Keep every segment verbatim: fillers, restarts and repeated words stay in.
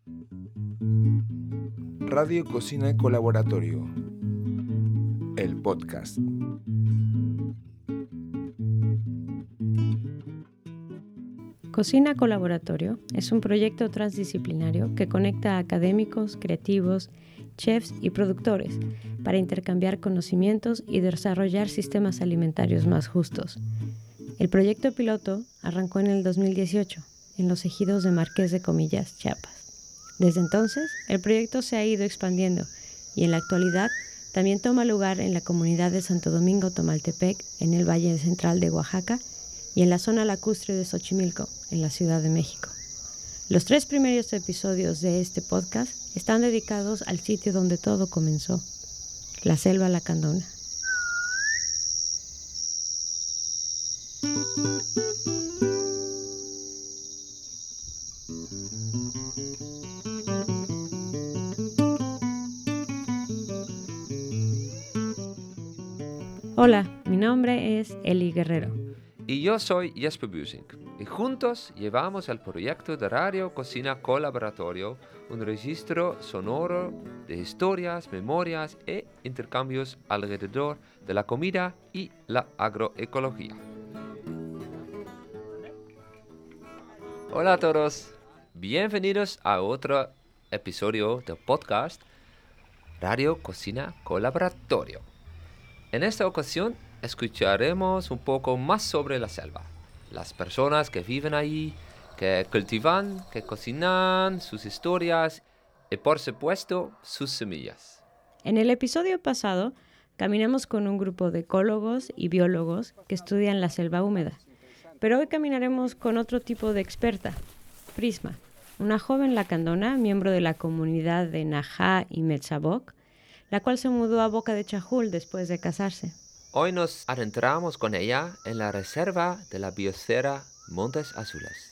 Radio Cocina Colaboratorio, el podcast. Cocina Colaboratorio es un proyecto transdisciplinario que conecta a académicos, creativos, chefs y productores para intercambiar conocimientos y desarrollar sistemas alimentarios más justos. El proyecto piloto arrancó en el dos mil dieciocho en los ejidos de Marqués de Comillas, Chiapas. Desde entonces, el proyecto se ha ido expandiendo y en la actualidad también toma lugar en la comunidad de Santo Domingo Tomaltepec, en el Valle Central de Oaxaca, y en la zona lacustre de Xochimilco, en la Ciudad de México. Los tres primeros episodios de este podcast están dedicados al sitio donde todo comenzó, la Selva Lacandona. Hola, mi nombre es Eli Guerrero. Y yo soy Jesper Busink. Y juntos llevamos el proyecto de Radio Cocina Colaboratorio, un registro sonoro de historias, memorias e intercambios alrededor de la comida y la agroecología. Hola a todos, bienvenidos a otro episodio del podcast Radio Cocina Colaboratorio. En esta ocasión escucharemos un poco más sobre la selva, las personas que viven ahí, que cultivan, que cocinan, sus historias y por supuesto sus semillas. En el episodio pasado caminamos con un grupo de ecólogos y biólogos que estudian la selva húmeda, pero hoy caminaremos con otro tipo de experta, Prisma, una joven lacandona, miembro de la comunidad de Najá y Metzaboc, la cual se mudó a Boca de Chajul después de casarse. Hoy nos adentramos con ella en la reserva de la biosfera Montes Azules.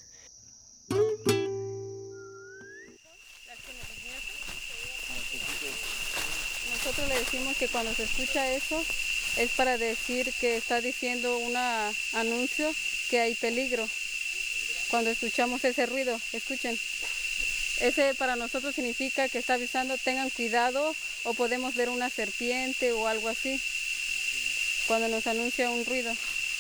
Nosotros le decimos que cuando se escucha eso es para decir que está diciendo un anuncio que hay peligro. Cuando escuchamos ese ruido, escuchen. Ese para nosotros significa que está avisando, tengan cuidado, o podemos ver una serpiente o algo así, cuando nos anuncia un ruido.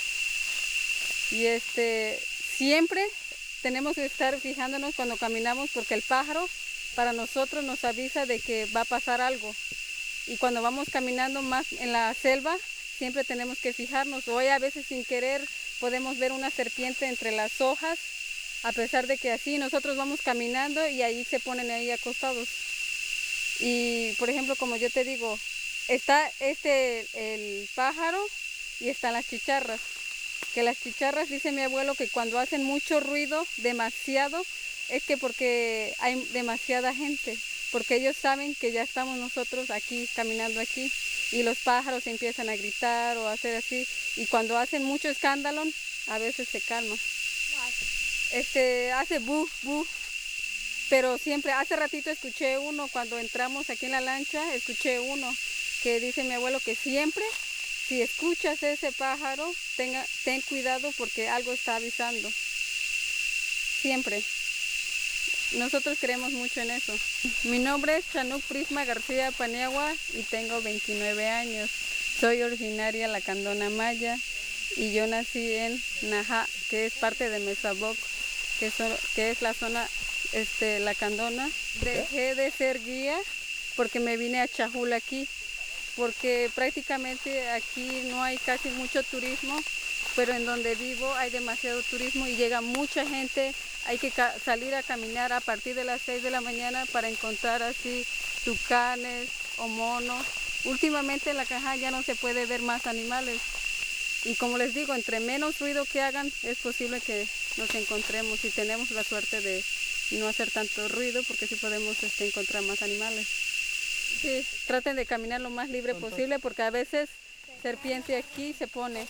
Y este, siempre tenemos que estar fijándonos cuando caminamos, porque el pájaro para nosotros nos avisa de que va a pasar algo. Y cuando vamos caminando más en la selva, siempre tenemos que fijarnos. Hoy a veces sin querer podemos ver una serpiente entre las hojas, a pesar de que así nosotros vamos caminando y ahí se ponen ahí acostados. Y por ejemplo, como yo te digo, está este el pájaro y están las chicharras. Que las chicharras, dice mi abuelo, que cuando hacen mucho ruido, demasiado, es que porque hay demasiada gente, porque ellos saben que ya estamos nosotros aquí, caminando aquí, y los pájaros empiezan a gritar o a hacer así, y cuando hacen mucho escándalo, a veces se calma. Este, hace bu, bu, pero siempre, hace ratito escuché uno, cuando entramos aquí en la lancha, escuché uno, que dice mi abuelo que siempre, si escuchas ese pájaro, tenga, ten cuidado porque algo está avisando. Siempre. Nosotros creemos mucho en eso. Mi nombre es Chanuk Prisma García Paniagua y tengo veintinueve años. Soy originaria lacandona maya y yo nací en Najá, que es parte de Metzaboc, que, so, que es la zona este, lacandona. Dejé de ser guía porque me vine a Chajul aquí, porque prácticamente aquí no hay casi mucho turismo, pero en donde vivo hay demasiado turismo y llega mucha gente. Hay que salir a caminar a partir de las seis de la mañana para encontrar así tucanes o monos. Últimamente en la caja ya no se puede ver más animales. Y como les digo, entre menos ruido que hagan, es posible que nos encontremos y tenemos la suerte de no hacer tanto ruido, porque sí podemos este, encontrar más animales. Sí, traten de caminar lo más libre posible, porque a veces serpiente aquí se pone.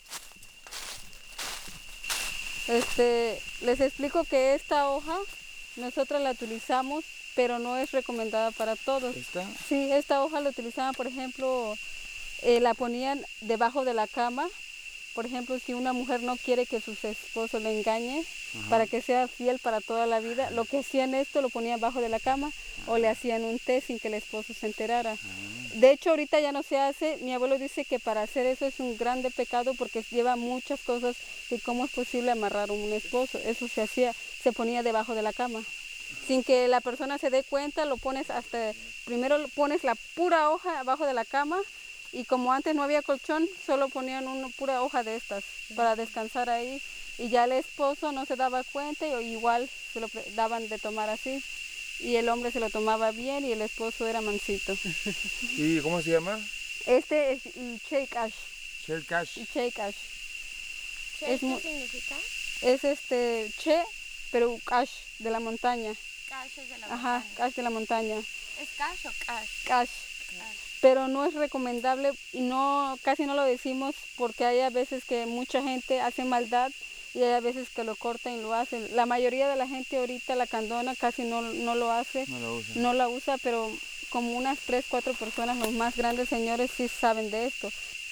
Este, les explico que esta hoja nosotros la utilizamos, pero no es recomendada para todos. ¿Esta? Sí, esta hoja la utilizaban, por ejemplo, eh, la ponían debajo de la cama. Por ejemplo, si una mujer no quiere que su esposo le engañe, Ajá. Para que sea fiel para toda la vida. Lo que hacían esto lo ponían abajo de la cama Ajá. o le hacían un té sin que el esposo se enterara. Ajá. De hecho, ahorita ya no se hace. Mi abuelo dice que para hacer eso es un grande pecado porque lleva muchas cosas de cómo es posible amarrar a un esposo. Eso se hacía, se ponía debajo de la cama. Sin que la persona se dé cuenta, lo pones hasta, primero pones la pura hoja abajo de la cama y como antes no había colchón, solo ponían una pura hoja de estas para descansar ahí y ya el esposo no se daba cuenta y igual se lo daban de tomar así y el hombre se lo tomaba bien y el esposo era mansito. ¿Y cómo se llama? Este es Chai Kash. Chai Kash. Chai Kash. ¿Qué significa? Es este Che, pero Kash de la montaña. Cash es de la Ajá, montaña. cash de la montaña. ¿Es cash o cash? Cash. Cash. Pero no es recomendable y no casi no lo decimos porque hay a veces que mucha gente hace maldad y hay a veces que lo cortan y lo hacen. La mayoría de la gente ahorita la candona casi no, no lo hace, no, lo usa. no la usa, pero como unas tres, cuatro personas, los más grandes señores sí saben de esto.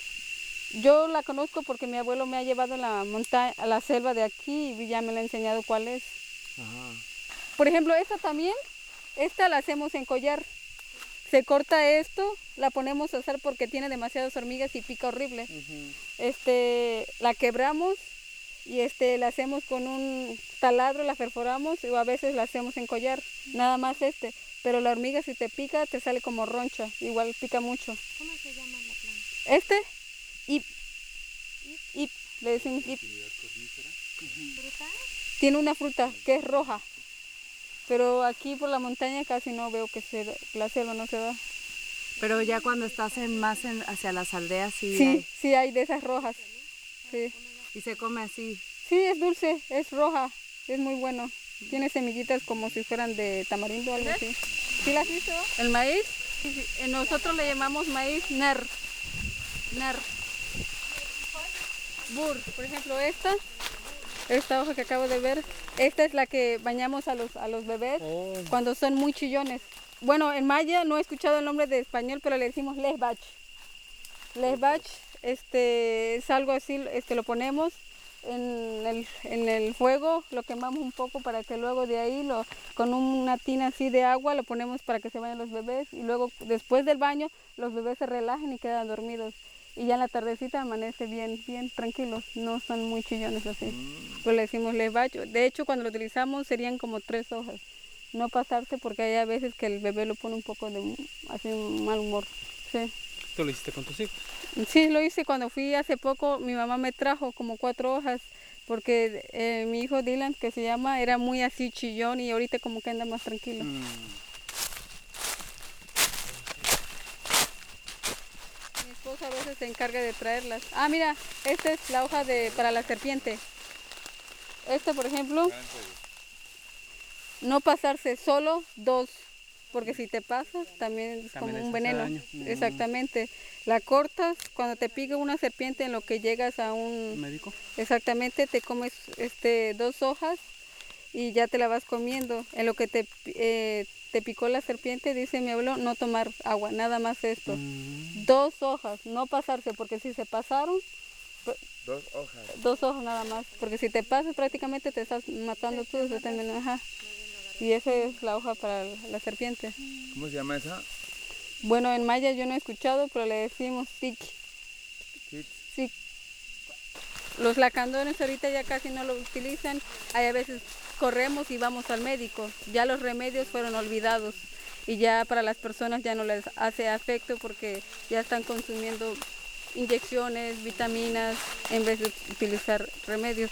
Yo la conozco porque mi abuelo me ha llevado a la montaña, a la selva de aquí y ya me la ha enseñado cuál es. Ajá. Por ejemplo, esta también, esta la hacemos en collar. Se corta esto, la ponemos a asar porque tiene demasiadas hormigas y pica horrible. Uh-huh. Este, la quebramos y este, la hacemos con un taladro, la perforamos o a veces la hacemos en collar, uh-huh. Nada más este. Pero la hormiga si te pica te sale como roncha, igual pica mucho. ¿Cómo se llama la planta? Este, ip, ip, le decimos ip. ¿Fruta? Tiene una fruta que es roja. Pero aquí por la montaña casi no veo que se da, la selva no se da. Pero ya cuando estás en, más en, hacia las aldeas sí Sí, hay. sí hay de esas rojas. Sí. Y se come así. Sí, es dulce, es roja, es muy bueno. Tiene semillitas como si fueran de tamarindo o algo así. ¿Sí las hizo? ¿El maíz? Sí, sí. Nosotros le llamamos maíz ner. Ner. Bur, por ejemplo esta. Esta hoja que acabo de ver, esta es la que bañamos a los, a los bebés oh. cuando son muy chillones. Bueno, en maya no he escuchado el nombre de español, pero le decimos lesbach. Lesbach este, es algo así, este, lo ponemos en el, en el fuego, lo quemamos un poco para que luego de ahí, lo, con una tina así de agua, lo ponemos para que se bañen los bebés y luego después del baño los bebés se relajen y quedan dormidos. Y ya en la tardecita amanece bien, bien tranquilos, no son muy chillones así. Mm. Pero le decimos lesbacho. De hecho, cuando lo utilizamos serían como tres hojas. No pasarse porque hay a veces que el bebé lo pone un poco de así mal humor. Sí. ¿Tú lo hiciste con tus hijos? Sí, lo hice cuando fui hace poco. Mi mamá me trajo como cuatro hojas porque eh, mi hijo Dylan, que se llama, era muy así chillón y ahorita como que anda más tranquilo. Mm. A veces se encarga de traerlas. Ah, mira, esta es la hoja de para la serpiente. Esta, por ejemplo, no pasarse solo dos, porque si te pasas también es también como un veneno. Daño. Exactamente. La cortas, cuando te pica una serpiente en lo que llegas a un médico. Exactamente, te comes este dos hojas y ya te la vas comiendo. En lo que te eh, te picó la serpiente, dice mi abuelo, no tomar agua, nada más esto. Mm. Dos hojas, no pasarse, porque si se pasaron... Dos hojas. Dos hojas nada más, porque si te pasas prácticamente te estás matando tú. También, ajá. Y esa es la hoja para la serpiente. ¿Cómo se llama esa? Bueno, en maya yo no he escuchado, pero le decimos tic. Sí. Los lacandones ahorita ya casi no lo utilizan, hay a veces corremos y vamos al médico, ya los remedios fueron olvidados y ya para las personas ya no les hace efecto porque ya están consumiendo inyecciones, vitaminas en vez de utilizar remedios.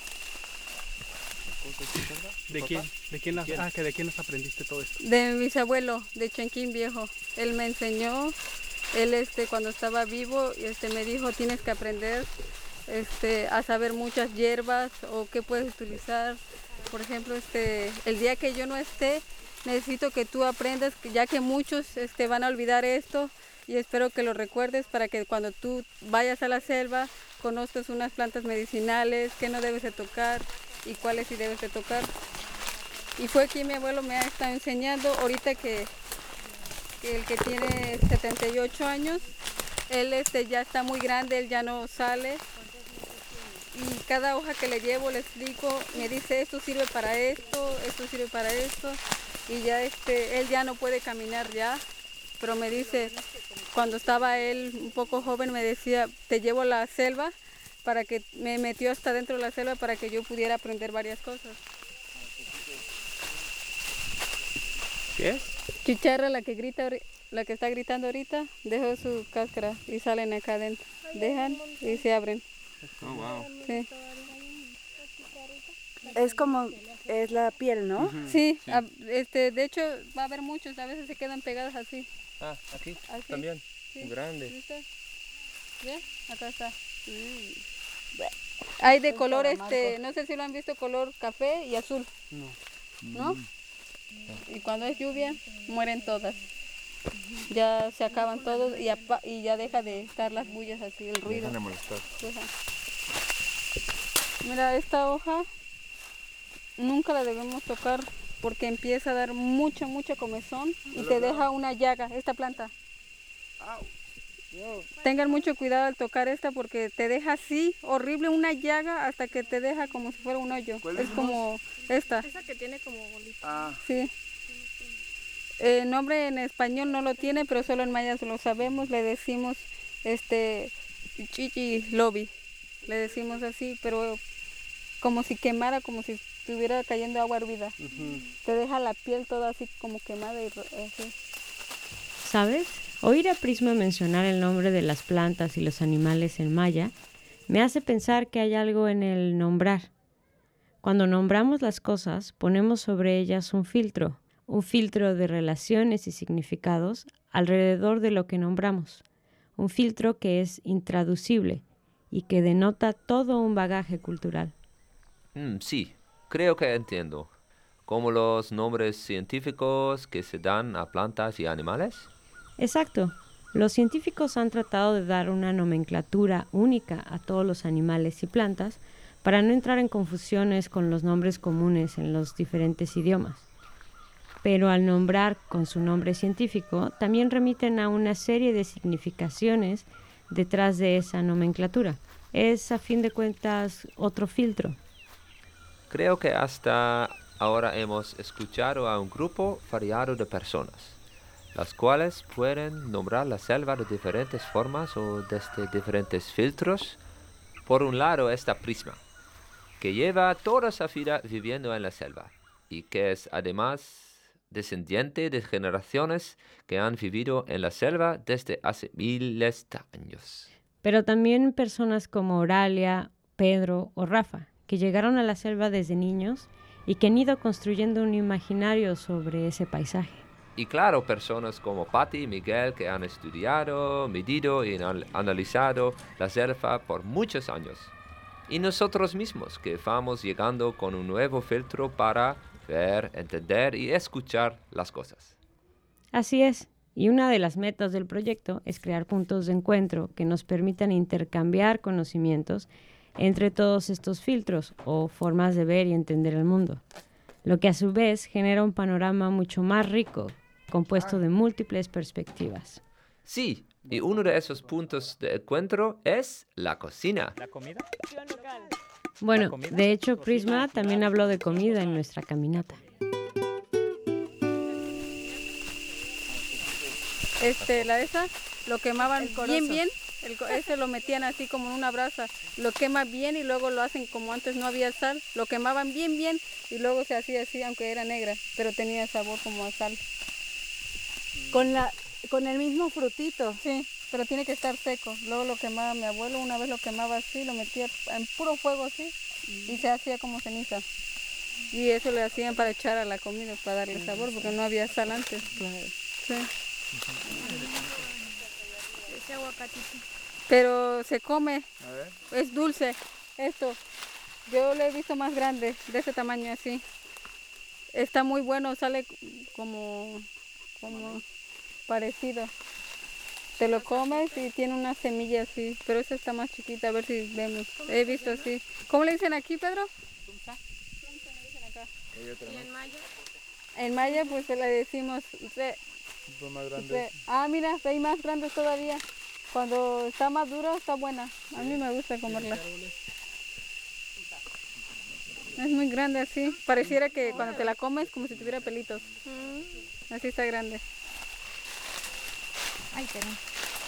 ¿De quién? ¿De quién, las, ah, que ¿De quién las aprendiste todo esto? De mi bisabuelo, de Chanquín Viejo. Él me enseñó, él este, cuando estaba vivo este, me dijo tienes que aprender este, a saber muchas hierbas o qué puedes utilizar. Por ejemplo, este, el día que yo no esté, necesito que tú aprendas, ya que muchos este, van a olvidar esto y espero que lo recuerdes para que cuando tú vayas a la selva conozcas unas plantas medicinales, qué no debes de tocar y cuáles sí debes de tocar. Y fue que mi abuelo me ha estado enseñando, ahorita que, que el que tiene setenta y ocho años, él este, ya está muy grande, él ya no sale. y cada hoja que le llevo le explico, me dice esto sirve para esto, esto sirve para esto, y ya este, él ya no puede caminar ya, pero me dice, cuando estaba él un poco joven me decía, te llevo a la selva, para que me metió hasta dentro de la selva para que yo pudiera aprender varias cosas. ¿Qué es? Chicharra, la que grita, ahori- la que está gritando ahorita, dejó su cáscara y salen acá adentro. Dejan y se abren. Oh, wow. Sí, Es como, es la piel, ¿no? sí, a- este, de hecho va a haber muchos, a veces se quedan pegadas así. Ah, aquí Así. también. Sí. Grande. ¿Viste? ¿Ve? Acá está. Hay de color, este, no sé si lo han visto, color café y azul. No. ¿No? Y cuando es lluvia, mueren todas. Ya se acaban todos y, apa- y ya deja de estar las bullas así, el ruido. Dejan de molestar. Deja. Mira, esta hoja nunca la debemos tocar porque empieza a dar mucha, mucha comezón y te deja una llaga, esta planta. Tengan mucho cuidado al tocar esta porque te deja así, horrible, una llaga hasta que te deja como si fuera un hoyo. ¿Cuál Es es, como esta. Esa que tiene como bolita. Ah, Sí. El nombre en español no lo tiene, pero solo en maya lo sabemos. Le decimos este chichi lobby. Le decimos así, pero como si quemara, como si estuviera cayendo agua hervida. Te deja la piel toda así como quemada y ro- así. ¿Sabes? Oír a Prisma mencionar el nombre de las plantas y los animales en maya me hace pensar que hay algo en el nombrar. Cuando nombramos las cosas, ponemos sobre ellas un filtro, un filtro de relaciones y significados alrededor de lo que nombramos, un filtro que es intraducible y que denota todo un bagaje cultural. Mm, sí, creo que entiendo. Como los nombres científicos que se dan a plantas y animales. Exacto. Los científicos han tratado de dar una nomenclatura única a todos los animales y plantas para no entrar en confusiones con los nombres comunes en los diferentes idiomas. Pero al nombrar con su nombre científico, también remiten a una serie de significaciones detrás de esa nomenclatura. Es, a fin de cuentas, otro filtro. Creo que hasta ahora hemos escuchado a un grupo variado de personas, las cuales pueden nombrar la selva de diferentes formas o desde diferentes filtros. Por un lado está Prisma, que lleva toda su vida viviendo en la selva y que es además descendiente de generaciones que han vivido en la selva desde hace miles de años. Pero también personas como Oralia, Pedro o Rafa, que llegaron a la selva desde niños y que han ido construyendo un imaginario sobre ese paisaje. Y claro, personas como Patti y Miguel que han estudiado, medido y anal- analizado la selva por muchos años. Y nosotros mismos que vamos llegando con un nuevo filtro para ver, entender y escuchar las cosas. Así es, y una de las metas del proyecto es crear puntos de encuentro que nos permitan intercambiar conocimientos entre todos estos filtros o formas de ver y entender el mundo, lo que a su vez genera un panorama mucho más rico, compuesto de múltiples perspectivas. Sí, y uno de esos puntos de encuentro es la cocina. ¿La comida? Bueno, comida? de hecho, Cocina Prisma al también final. habló de comida en nuestra caminata. Este, la de esa, lo quemaban bien, bien. El, co- ese lo metían así como en una brasa. Lo quema bien y luego lo hacen como antes no había sal. Lo quemaban bien, bien y luego se hacía así, aunque era negra, pero tenía sabor como a sal. Con, la, con el mismo frutito. Sí, pero tiene que estar seco. Luego lo quemaba mi abuelo, una vez lo quemaba así, lo metía en puro fuego así y se hacía como ceniza. Y eso le hacían para echar a la comida, para darle sabor, porque no había sal antes. Sí. Ese aguacatito. Pero se come, a ver. es dulce. Esto, yo lo he visto más grande, de ese tamaño así. Está muy bueno, sale como, como parecido. Te lo comes y tiene una semilla así, pero esa está más chiquita, a ver si vemos. He visto así. ¿Cómo le dicen aquí, Pedro? Hay otra ¿Y más, en maya? En maya pues le decimos, re- un poco más grande. re- ah mira, hay más grandes todavía. Cuando está madura está buena, a mí me gusta comerla. Es muy grande así. Pareciera que cuando te la comes como si tuviera pelitos. Así está grande. Ahí tenemos.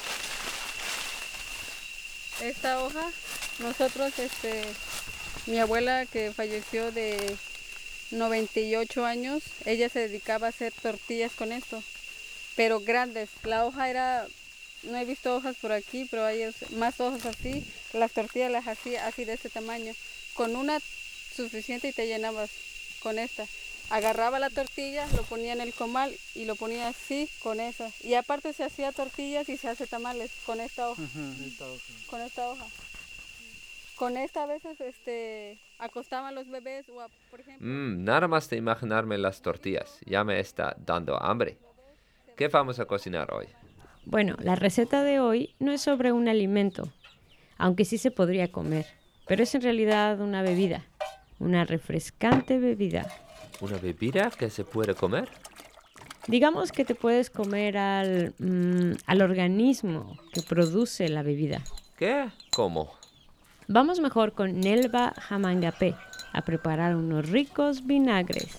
Esta hoja, nosotros, este, mi abuela que falleció de noventa y ocho años, ella se dedicaba a hacer tortillas con esto, pero grandes. La hoja era, no he visto hojas por aquí, pero hay más hojas así. Las tortillas las hacía así de este tamaño, con una suficiente y te llenabas con esta. Agarraba la tortilla, lo ponía en el comal y lo ponía así con esa. Y aparte se hacía tortillas y se hace tamales con esta hoja. Uh-huh. Esta hoja. Con esta hoja. Con esta a veces este, acostaban los bebés o a, por ejemplo... Mm, nada más de imaginarme las tortillas, ya me está dando hambre. ¿Qué vamos a cocinar hoy? Bueno, la receta de hoy no es sobre un alimento, aunque sí se podría comer, pero es en realidad una bebida, una refrescante bebida. ¿Una bebida que se puede comer? Digamos que te puedes comer al, mm, al organismo que produce la bebida. ¿Qué? ¿Cómo? Vamos mejor con Nelva Jamangapé a preparar unos ricos vinagres.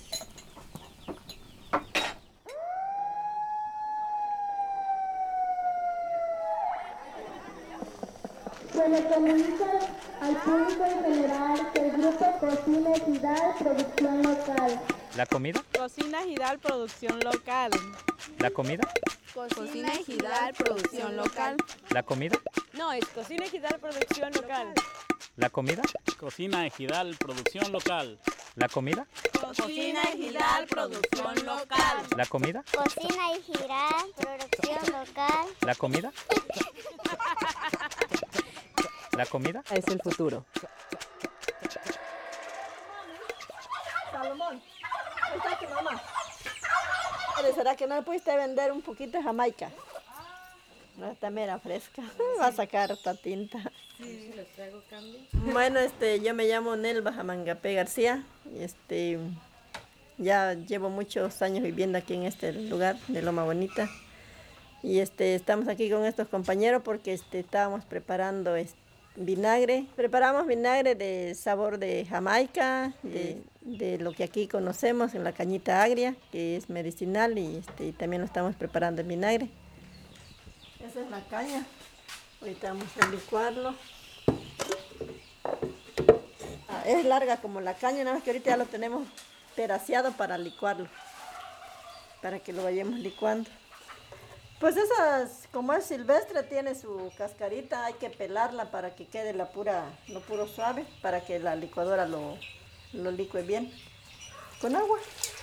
Se le comunica al público en general que el grupo Cocina Ejidal Producción Local. ¿La comida? Cocina Ejidal Producción Local. ¿La comida? Cocina Ejidal Producción Local. ¿La comida? No, es Cocina Ejidal Producción Local. ¿La comida? Cocina Ejidal Producción Local. ¿La comida? Cocina Ejidal Producción Local. ¿La comida? Cocina Ejidal Producción Local. ¿La comida? ¿La comida? Es el futuro. Salomón, ¿está tu mamá? Pero ¿será que no le pudiste vender un poquito de Jamaica? Esta mera fresca. Va a sacar esta tinta. Sí, los traigo cambio. Bueno, este, yo me llamo Nelva Jamangapé García. Y este, ya llevo muchos años viviendo aquí en este lugar de Loma Bonita. Y este, estamos aquí con estos compañeros porque este, estábamos preparando este, vinagre. Preparamos vinagre de sabor de Jamaica, de, de lo que aquí conocemos en la cañita agria, que es medicinal, y, este, y también lo estamos preparando en vinagre. Esa es la caña. Ahorita vamos a licuarlo. Ah, es larga como la caña, nada más que ahorita ya lo tenemos pedaceado para licuarlo, para que lo vayamos licuando. Pues esas, como es silvestre, tiene su cascarita, hay que pelarla para que quede la pura, lo puro suave, para que la licuadora lo, lo licue bien. Con agua.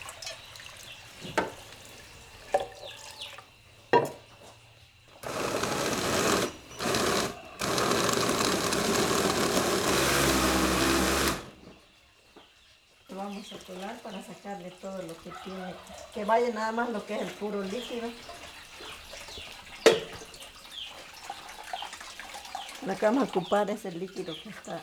Lo vamos a colar para sacarle todo lo que tiene, que vaya nada más lo que es el puro líquido. Lo que vamos a ocupar es el líquido que está.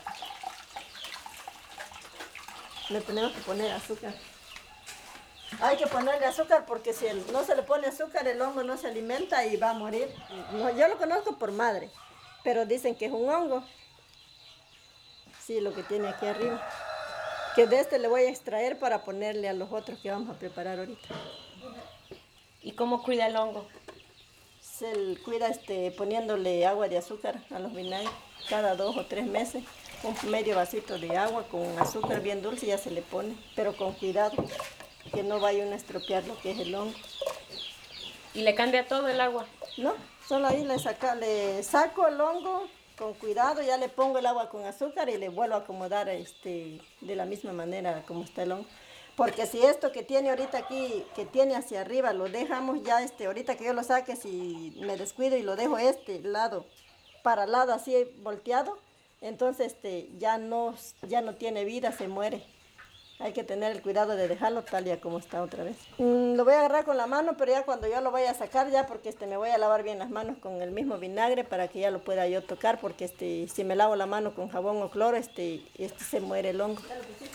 Le tenemos que poner azúcar. Hay que ponerle azúcar porque si el, no se le pone azúcar, el hongo no se alimenta y va a morir. No, yo lo conozco por madre, pero dicen que es un hongo. Sí, lo que tiene aquí arriba. Que de este le voy a extraer para ponerle a los otros que vamos a preparar ahorita. ¿Y cómo cuida el hongo? Se cuida este, poniéndole agua de azúcar a los vinagres cada dos o tres meses. Un medio vasito de agua con azúcar bien dulce ya se le pone, pero con cuidado, que no vaya a estropear lo que es el hongo. ¿Y le cambia todo el agua? No, solo ahí le, saca, le saco el hongo con cuidado, ya le pongo el agua con azúcar y le vuelvo a acomodar este, de la misma manera como está el hongo. Porque si esto que tiene ahorita aquí, que tiene hacia arriba, lo dejamos ya, este, ahorita que yo lo saque, si me descuido y lo dejo este lado, para el lado así volteado, entonces este, ya, no, ya no tiene vida, se muere. Hay que tener el cuidado de dejarlo tal ya como está otra vez. Mm, lo voy a agarrar con la mano, pero ya cuando yo lo vaya a sacar ya, porque este, me voy a lavar bien las manos con el mismo vinagre para que ya lo pueda yo tocar, porque este, si me lavo la mano con jabón o cloro, este, este se muere el hongo.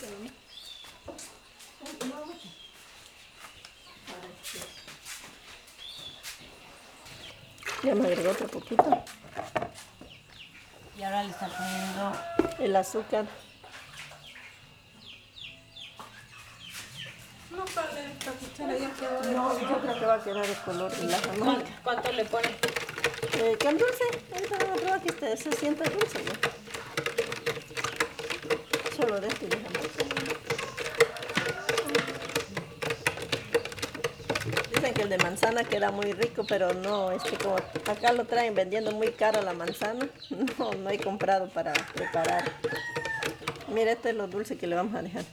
Ya me agregó otro poquito. Y ahora le está poniendo el azúcar. No, yo creo que va a quedar el color de la Jamaica. ¿Cuánto le ponen? Eh, con dulce, ahorita vamos a probar que este se sienta dulce ya. Solo de este de Jamaica. Dicen que el de manzana queda muy rico, pero no, este como acá lo traen vendiendo muy caro la manzana, no, no he comprado para preparar. Mira, este es lo dulce que le vamos a dejar.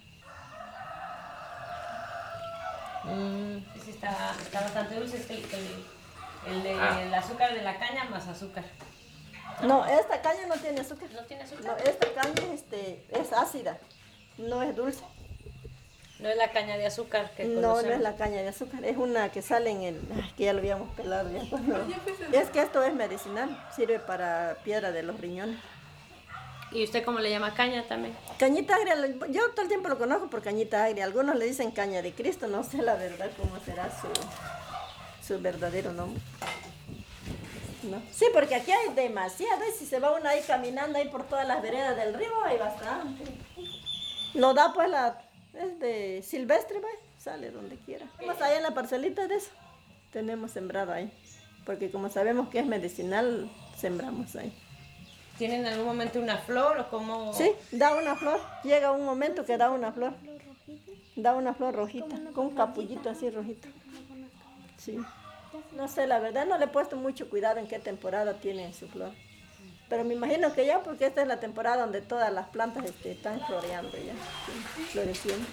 Mm, sí, está, está bastante dulce, es el, el, el de Ah. el azúcar de la caña más azúcar. No, esta caña no tiene azúcar. ¿No tiene azúcar? No, esta caña este, es ácida, no es dulce. No es la caña de azúcar que No, conocemos. no es la caña de azúcar, es una que sale en el... ay, que ya lo habíamos pelado ya. cuando- Es que esto es medicinal, sirve para piedra de los riñones. ¿Y usted cómo le llama caña también? Cañita agria, lo- yo todo el tiempo lo conozco por cañita agria. Algunos le dicen caña de Cristo, no sé la verdad cómo será su, su verdadero nombre. ¿No? Sí, porque aquí hay demasiado, y si se va uno ahí caminando ahí por todas las veredas del río, hay bastante. Lo da pues la, es de silvestre, pues, sale donde quiera. Tenemos ahí en la parcelita de eso, tenemos sembrado ahí, porque como sabemos que es medicinal, sembramos ahí. ¿Tiene en algún momento una flor o cómo? Sí, da una flor, llega un momento que da una flor, da una flor rojita, con un capullito así rojito. Sí. No sé, la verdad no le he puesto mucho cuidado en qué temporada tiene su flor. Pero me imagino que ya, porque esta es la temporada donde todas las plantas este, están floreando ya, sí, floreciendo.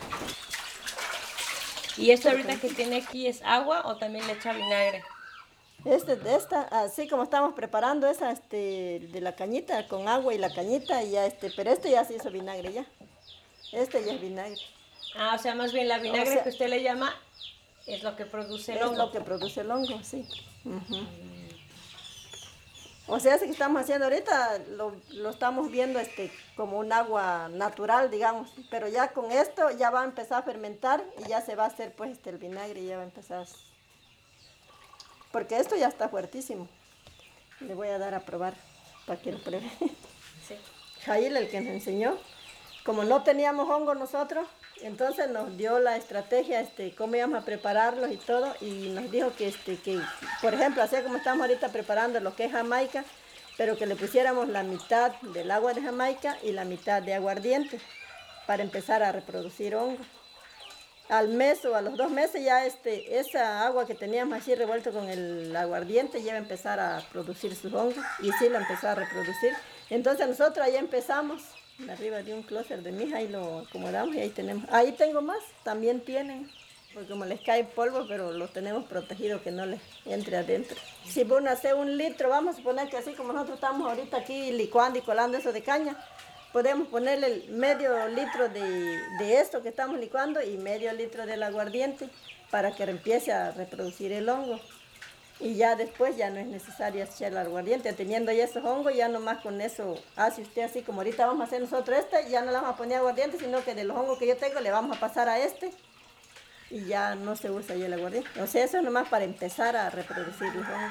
¿Y esto ahorita que tiene aquí es agua o también le echa vinagre? Este, de esta, así como estamos preparando esa este, de la cañita, con agua y la cañita, y ya este, pero este ya se hizo vinagre ya. Este ya es vinagre. Ah, o sea, más bien la vinagre O sea- que usted le llama es lo que produce el Es hongo. lo que produce el hongo, sí. Ujú. O sea, ese que estamos haciendo ahorita lo, lo estamos viendo este, como un agua natural, digamos, pero ya con esto ya va a empezar a fermentar y ya se va a hacer pues este, el vinagre y ya va a empezar. a- Porque esto ya está fuertísimo. Le voy a dar a probar para que lo pruebe. Sí. Jail, el que nos enseñó, como no teníamos hongo nosotros, entonces nos dio la estrategia, este, cómo íbamos a prepararlos y todo, y nos dijo que, este, que, por ejemplo, así como estamos ahorita preparando lo que es Jamaica, pero que le pusiéramos la mitad del agua de Jamaica y la mitad de aguardiente para empezar a reproducir hongo. Al mes o a los dos meses ya este, esa agua que teníamos así revuelto con el aguardiente ya va a empezar a producir sus hongos y sí lo empezó a reproducir. Entonces nosotros ahí empezamos, arriba de un closet de mi hija, ahí lo acomodamos y ahí tenemos. Ahí tengo más, también tienen, porque como les cae polvo, pero los tenemos protegidos que no les entre adentro. Si uno hace un litro, vamos a suponer que así como nosotros estamos ahorita aquí licuando y colando eso de caña, podemos ponerle el medio litro de, de esto que estamos licuando y medio litro del aguardiente para que empiece a reproducir el hongo. Y ya después ya no es necesario echar el aguardiente. Teniendo ya esos hongos, ya nomás con eso hace usted así como ahorita vamos a hacer nosotros este, ya no le vamos a poner aguardiente, sino que de los hongos que yo tengo le vamos a pasar a este y ya no se usa ya el aguardiente. O sea, eso es nomás para empezar a reproducir los hongos.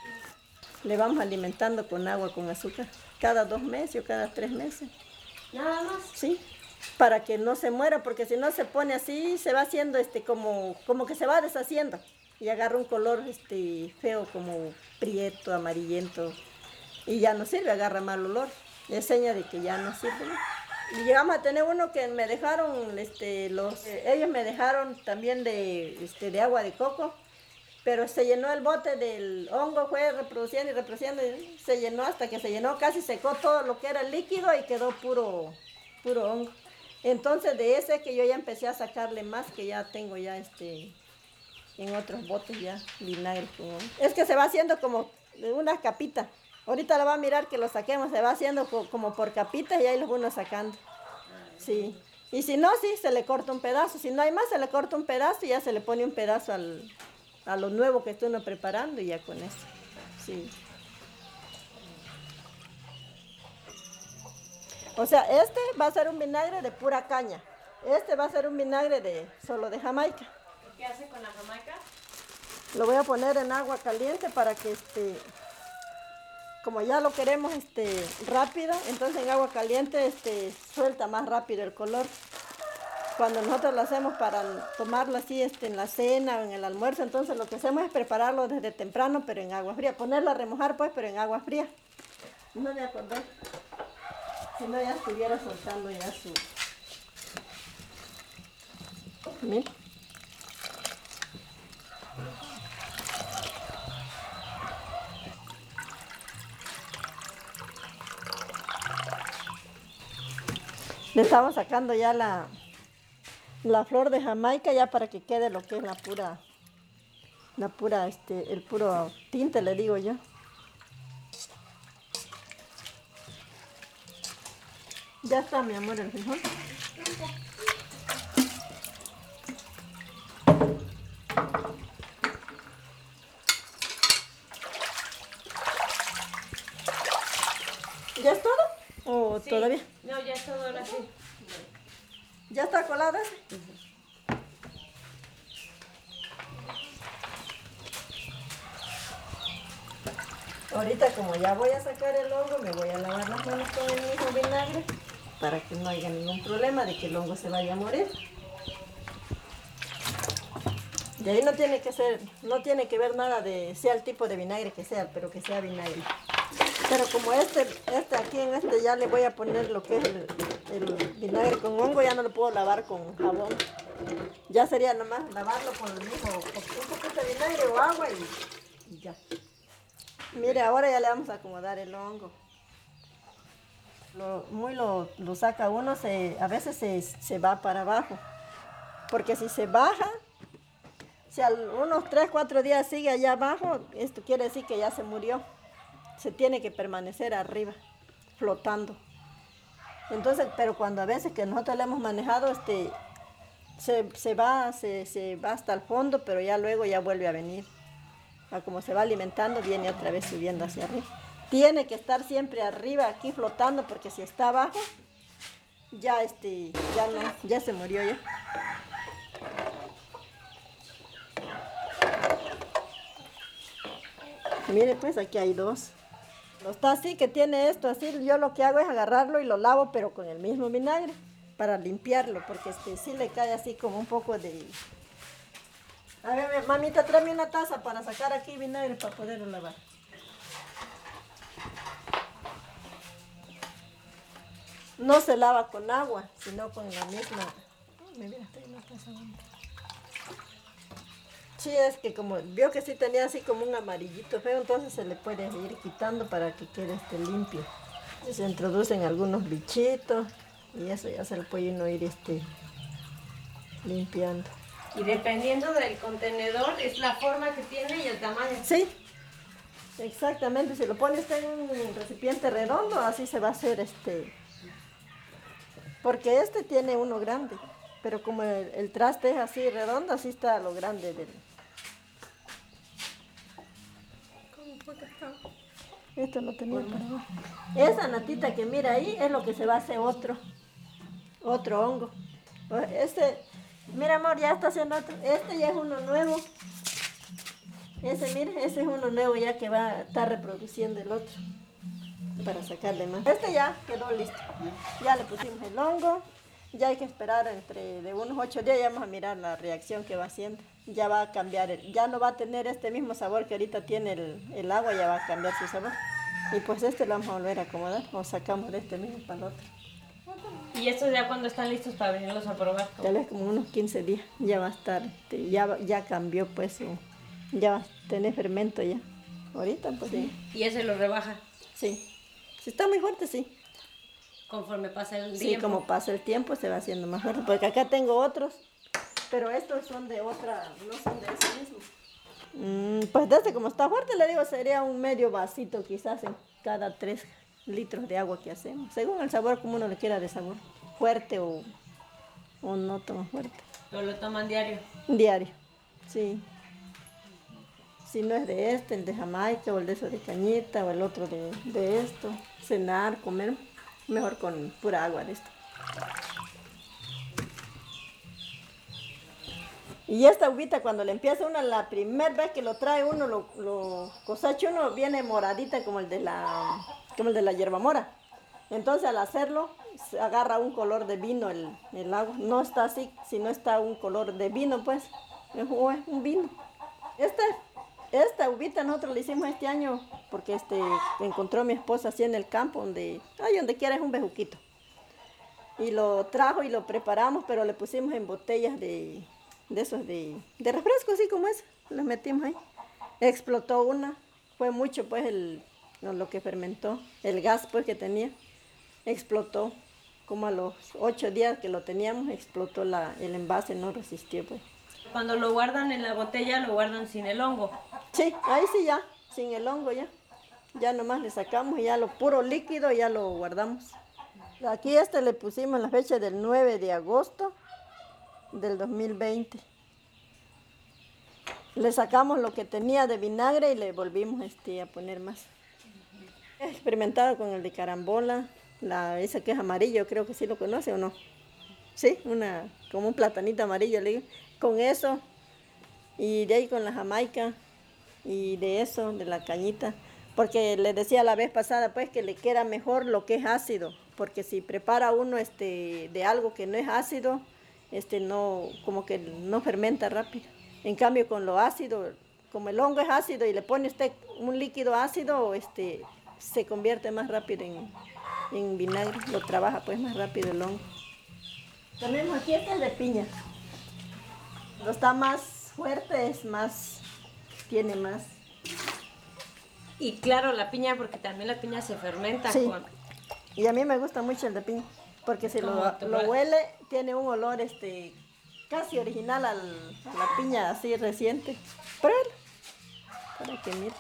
Le vamos alimentando con agua, con azúcar, cada dos meses o cada tres meses. Nada más. Sí, para que no se muera, porque si no se pone así, se va haciendo este como, como que se va deshaciendo y agarra un color este feo como prieto, amarillento y ya no sirve, agarra mal olor. Es seña de que ya no sirve, ¿no? Y llegamos a tener uno que me dejaron, este, los, eh, ellos me dejaron también de, este, de agua de coco, pero se llenó el bote del hongo, fue reproduciendo y reproduciendo, y se llenó hasta que se llenó, casi secó todo lo que era el líquido y quedó puro, puro hongo. Entonces de ese que yo ya empecé a sacarle más, que ya tengo ya este, en otros botes ya, vinagre con hongo. Es que se va haciendo como unas capitas. Ahorita la va a mirar que lo saquemos, se va haciendo co- como por capitas y ahí los uno sacando. Sí. Y si no, sí, se le corta un pedazo. Si no hay más, se le corta un pedazo y ya se le pone un pedazo al... a lo nuevo que estoy uno preparando y ya con eso. Sí. O sea, este va a ser un vinagre de pura caña. Este va a ser un vinagre de solo de Jamaica. ¿Qué hace con la Jamaica? Lo voy a poner en agua caliente para que este, como ya lo queremos este rápido, entonces en agua caliente este suelta más rápido el color. cuando nosotros lo hacemos para tomarlo así este, en la cena o en el almuerzo, entonces lo que hacemos es prepararlo desde temprano, pero en agua fría. Ponerlo a remojar, pues, pero en agua fría. No me acordé. Si no, ya estuviera soltando ya su... Mira. Le estamos sacando ya la, la flor de Jamaica ya para que quede lo que es la pura, la pura, este, el puro tinte, le digo yo. Ya está, mi amor, el frijol. ¿Ya es todo? ¿O Sí. todavía? No, ya es todo ahora sí. ¿Ya está colado ese? Ahorita como ya voy a sacar el hongo, me voy a lavar las manos con el mismo vinagre para que no haya ningún problema de que el hongo se vaya a morir. Y ahí no tiene que ser, no tiene que ver nada de sea el tipo de vinagre que sea, pero que sea vinagre. Pero como este, este aquí en este ya le voy a poner lo que es el, el vinagre con hongo, ya no lo puedo lavar con jabón. Ya sería nomás lavarlo con el mismo, un poquito de vinagre o agua y, y ya. Mire, ahora ya le vamos a acomodar el hongo. Lo, muy lo, lo saca uno, se, a veces se, se va para abajo. Porque si se baja, si a unos tres, cuatro días sigue allá abajo, esto quiere decir que ya se murió. Se tiene que permanecer arriba, flotando. Entonces, pero cuando a veces que nosotros le hemos manejado, este, se, se, va, se, se va hasta el fondo, pero ya luego ya vuelve a venir. A como se va alimentando, viene otra vez subiendo hacia arriba. Tiene que estar siempre arriba, aquí flotando, porque si está abajo, ya, este, ya, no, ya se murió ya. Mire, pues aquí hay dos. No está así, que tiene esto así. Yo lo que hago es agarrarlo y lo lavo, pero con el mismo vinagre, para limpiarlo, porque este sí le cae así como un poco de... A ver, mamita, tráeme una taza para sacar aquí vinagre para poderlo lavar. No se lava con agua, sino con la misma... Oh, mira, tengo una taza bonita. Sí, es que como vio que sí tenía así como un amarillito feo, entonces se le puede ir quitando para que quede este limpio. Se introducen algunos bichitos y eso ya se le puede uno ir este, limpiando. Y dependiendo del contenedor, es la forma que tiene y el tamaño. Sí, exactamente. Si lo pones en un recipiente redondo, así se va a hacer este... Porque este tiene uno grande, pero como el, el traste es así redondo, así está lo grande del... Esto lo tenía para abajo. Esa natita que mira ahí es lo que se va a hacer otro, otro hongo. Este, mira amor, ya está haciendo otro. Este ya es uno nuevo. Ese, mire, ese es uno nuevo ya que va a estar reproduciendo el otro. Para sacarle más. Este ya quedó listo. Ya le pusimos el hongo. Ya hay que esperar entre de unos ocho días, ya vamos a mirar la reacción que va haciendo. Ya va a cambiar, el, ya no va a tener este mismo sabor que ahorita tiene el, el agua, ya va a cambiar su sabor. Y pues este lo vamos a volver a acomodar, o sacamos de este mismo para el otro. ¿Y estos ya cuando están listos para venirlos a probar? Ya es como unos quince días, ya va a estar, este, ya, ya cambió pues, su, ya va a tener fermento ya. Ahorita pues sí. ¿Y ese lo rebaja? Sí. Si está muy fuerte, sí. Conforme pasa el tiempo. Sí, como pasa el tiempo se va haciendo más fuerte, porque acá tengo otros, pero estos son de otra, no son de ese mismo. Mm, pues desde como está fuerte, le digo, sería un medio vasito quizás en cada tres litros de agua que hacemos, según el sabor como uno le quiera de sabor, fuerte o, o no tan fuerte. ¿Pero lo toman diario? Diario, sí. Si no es de este, el de Jamaica o el de eso de cañita o el otro de, de esto, cenar, comer. Mejor con pura agua de esto. Y esta uvita cuando le empieza uno, la primera vez que lo trae uno, lo, lo cosecha uno, viene moradita como el de la, como el de la hierba mora. Entonces al hacerlo, se agarra un color de vino el, el agua. No está así, sino está un color de vino, pues. Es un vino. Este, esta uvita nosotros la hicimos este año porque este, encontró mi esposa así en el campo, donde, ay, donde quiera es un bejuquito. Y lo trajo y lo preparamos, pero le pusimos en botellas de, de esos de, de refresco, así como es. Los metimos ahí. Explotó una. Fue mucho, pues, el, lo que fermentó. El gas, pues, que tenía. Explotó. Como a los ocho días que lo teníamos, explotó la, el envase, no resistió, pues. Cuando lo guardan en la botella, lo guardan sin el hongo. Sí, ahí sí ya, sin el hongo ya. Ya nomás le sacamos y ya lo puro líquido ya lo guardamos. Aquí este le pusimos la fecha del nueve de agosto del dos mil veinte. Le sacamos lo que tenía de vinagre y le volvimos este, a poner más. He experimentado con el de carambola, la, esa que es amarillo, creo que sí lo conoce o no. Sí, una, como un platanito amarillo, le digo. Con eso, y de ahí con la jamaica, y de eso, de la cañita. Porque le decía la vez pasada, pues, que le queda mejor lo que es ácido. Porque si prepara uno este, de algo que no es ácido, este, no, como que no fermenta rápido. En cambio, con lo ácido, como el hongo es ácido y le pone usted un líquido ácido, este, se convierte más rápido en, en vinagre. Lo trabaja pues más rápido el hongo. Tenemos aquí este de piña. Cuando está más fuerte, es más, tiene más. Y claro, la piña, porque también la piña se fermenta. Sí. Con... Y a mí me gusta mucho el de piña, porque si lo, lo huele, tiene un olor este, casi original al, a la piña así reciente. Pruébalo, para que mire.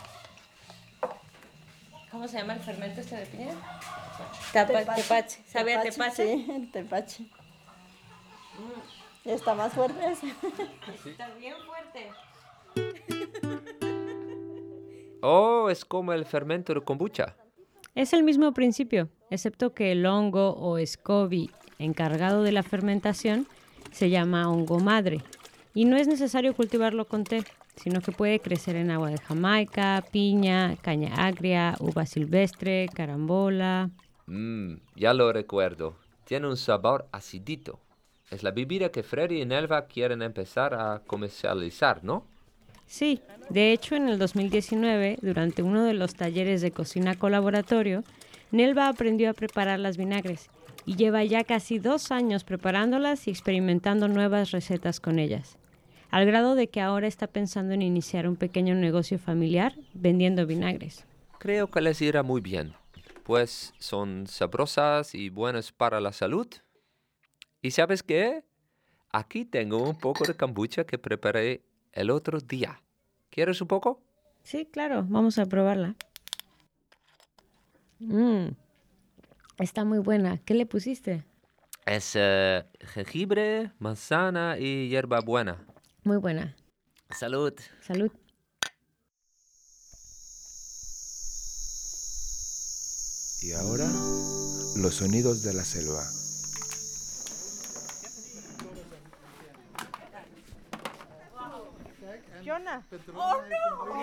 ¿Cómo se llama el fermento este de piña? Tapa, tepache. tepache. ¿Sabe a tepache? Sí, el tepache. Mm. Está más fuerte ese. Está bien fuerte. Oh, es como el fermento de kombucha. Es el mismo principio, excepto que el hongo o SCOBY encargado de la fermentación se llama hongo madre y no es necesario cultivarlo con té, sino que puede crecer en agua de Jamaica, piña, caña agria, uva silvestre, carambola. Mm, ya lo recuerdo. Tiene un sabor acidito. Es la bebida que Freddy y Nelva quieren empezar a comercializar, ¿no? Sí, de hecho en el dos mil diecinueve, durante uno de los talleres de cocina colaboratorio, Nelva aprendió a preparar las vinagres y lleva ya casi dos años preparándolas y experimentando nuevas recetas con ellas, al grado de que ahora está pensando en iniciar un pequeño negocio familiar vendiendo vinagres. Creo que les irá muy bien, pues son sabrosas y buenas para la salud. ¿Y sabes qué? Aquí tengo un poco de kombucha que preparé el otro día. ¿Quieres un poco? Sí, claro. Vamos a probarla. Mm, está muy buena. ¿Qué le pusiste? Es uh, jengibre, manzana y hierbabuena. Muy buena. Salud. Salud. Y ahora, los sonidos de la selva. Jonah. ¡Oh, no!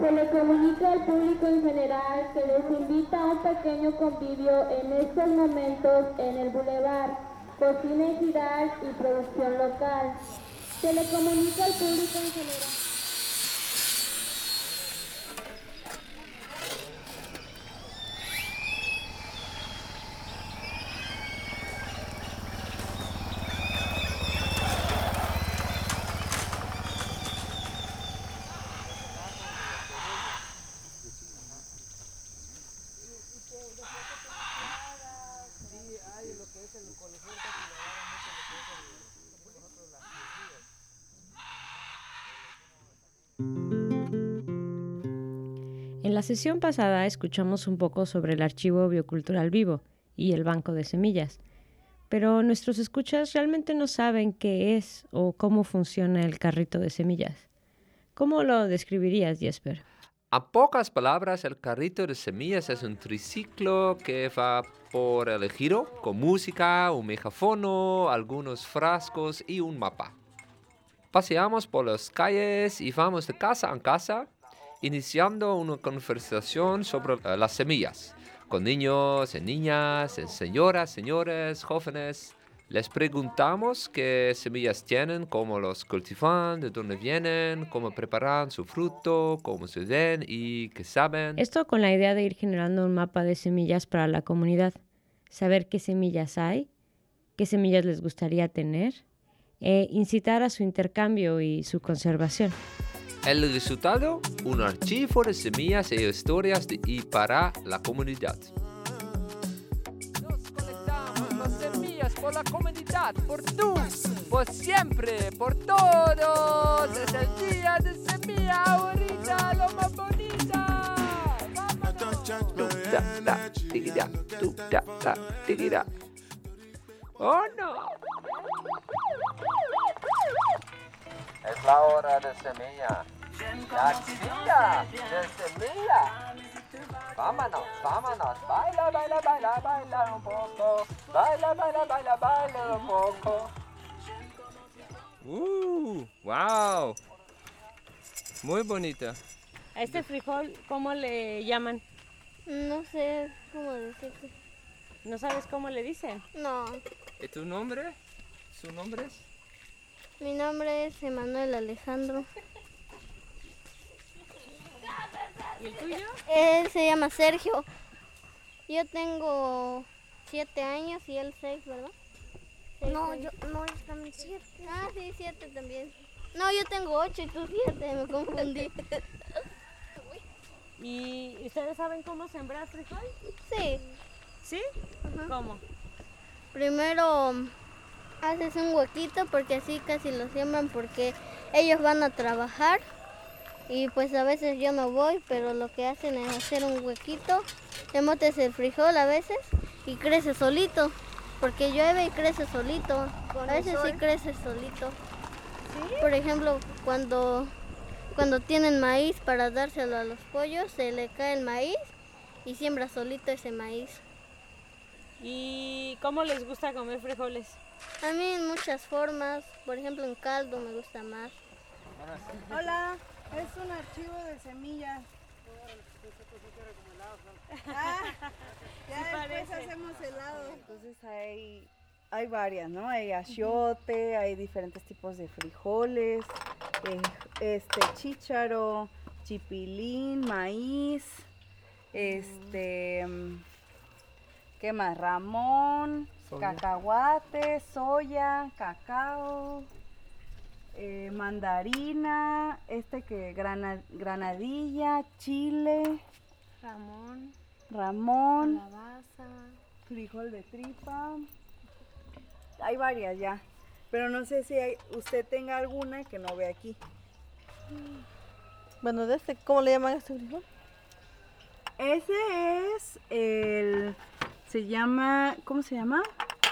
Se le comunica al público en general que les invita a un pequeño convivio en estos momentos en el Boulevard, cocina ejidal y producción local. Se le comunica al público en general. En la sesión pasada escuchamos un poco sobre el Archivo Biocultural Vivo y el Banco de Semillas, pero nuestros escuchas realmente no saben qué es o cómo funciona el carrito de semillas. ¿Cómo lo describirías, Jesper? A pocas palabras, el carrito de semillas es un triciclo que va por el ejido con música, un megafono, algunos frascos y un mapa. Paseamos por las calles y vamos de casa en casa, iniciando una conversación sobre uh, las semillas, con niños y niñas, señoras, señores, jóvenes. Les preguntamos qué semillas tienen, cómo los cultivan, de dónde vienen, cómo preparan su fruto, cómo se ven y qué saben. Esto con la idea de ir generando un mapa de semillas para la comunidad, saber qué semillas hay, qué semillas les gustaría tener, e incitar a su intercambio y su conservación. El resultado, un archivo de semillas e historias de y para la comunidad. Nos conectamos las semillas por la comunidad, por tú, por siempre, por todos. Es el día de semilla, ahorita lo más bonita. Tu, ta, ta, tiquita, tu, ta, ta, tiquita. ¡Oh, no! Es la hora de semilla. La semilla de semilla. Vámonos, vámonos. Baila, baila, baila, baila un poco. Baila, baila, baila, baila un poco. Uh, wow. Muy bonita. ¿A este frijol cómo le llaman? No sé cómo decirte. ¿No sabes cómo le dicen? No. ¿Y tu nombre? ¿Su nombre es? Mi nombre es Emanuel Alejandro. ¿Y el tuyo? Él se llama Sergio. Yo tengo siete años y él seis, ¿verdad? Seis No, años. yo no, es también siete. Ah, sí, siete también. No, yo tengo ocho y tú siete, me confundí. ¿Y ustedes saben cómo sembrar frijol? Sí. ¿Sí? Ajá. ¿Cómo? Primero haces un huequito porque así casi lo siembran porque ellos van a trabajar y pues a veces yo no voy, pero lo que hacen es hacer un huequito, le metes el frijol a veces y crece solito, porque llueve y crece solito, a veces sí crece solito. ¿Sí? Por ejemplo, cuando, cuando tienen maíz para dárselo a los pollos, se le cae el maíz y siembra solito ese maíz. ¿Y cómo les gusta comer frijoles? A mí en muchas formas, por ejemplo en caldo me gusta más. Hola, es un archivo de semillas. Ah, ya Sí después parece. hacemos helado. Entonces hay, hay varias, ¿no? Hay achiote, hay diferentes tipos de frijoles, eh, este chícharo, chipilín, maíz, este, ¿qué más? Ramón, Soya. cacahuate, soya, cacao, eh, mandarina, este que grana, granadilla, chile, Ramón, ramón, calabaza. frijol de tripa. Hay varias ya, pero no sé si hay- usted tenga alguna que no ve aquí. Bueno, de este, ¿cómo le llaman a este frijol? Ese es el, se llama, ¿cómo se llama?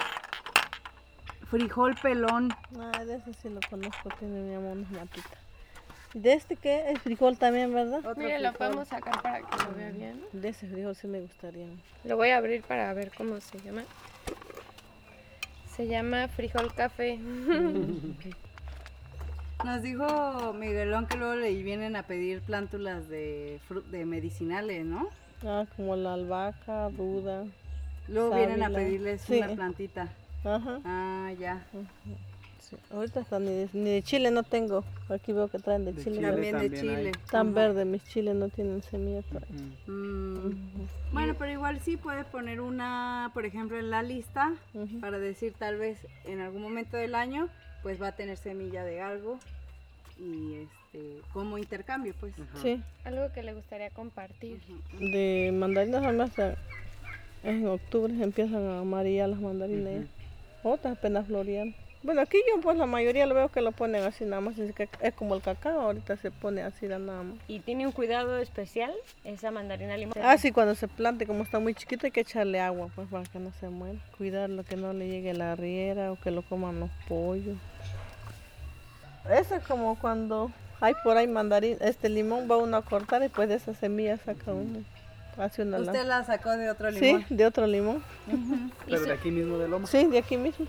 Frijol pelón. Ah, de ese sí lo conozco, tiene mi mamá unas matitas. ¿De este qué? Es frijol también, ¿verdad? Otro Mire, lo frijol. podemos sacar para que lo vea bien. De ese frijol sí me gustaría. Lo voy a abrir para ver cómo se llama. Se llama frijol café. Nos dijo Miguelón que luego le vienen a pedir plántulas de, fru- de medicinales, ¿no? Ah, como la albahaca, ruda. Luego sábila. vienen a pedirles Sí. una plantita. Ajá. Ah, ya. Sí. Ahorita hasta ni de, ni de chile no tengo. Aquí veo que traen de, De chile. chile También de también chile. hay. Tan Ajá. verde, mis chiles no tienen semilla todavía. Mm. Bueno, pero igual sí puede poner una, por ejemplo, en la lista para decir tal vez en algún momento del año pues va a tener semilla de algo y este como intercambio, pues. Sí. Algo que le gustaría compartir. De mandarinas además eh, en octubre empiezan a amarillar las mandarinas. ya. Otras apenas florean. Bueno, aquí yo pues la mayoría lo veo que lo ponen así nada más, es, que es como el cacao, ahorita se pone así nada más. ¿Y tiene un cuidado especial esa mandarina limón? Ah, sí, cuando se plante, como está muy chiquito, hay que echarle agua pues para que no se muera. Cuidarlo, que no le llegue la riera o que lo coman los pollos. Eso es como cuando hay por ahí mandarín, este limón va uno a cortar y pues de esa semilla saca uno. Hace una Usted la sacó de otro Sí, limón. de otro limón. Pero de aquí mismo de Loma. Sí, de aquí mismo.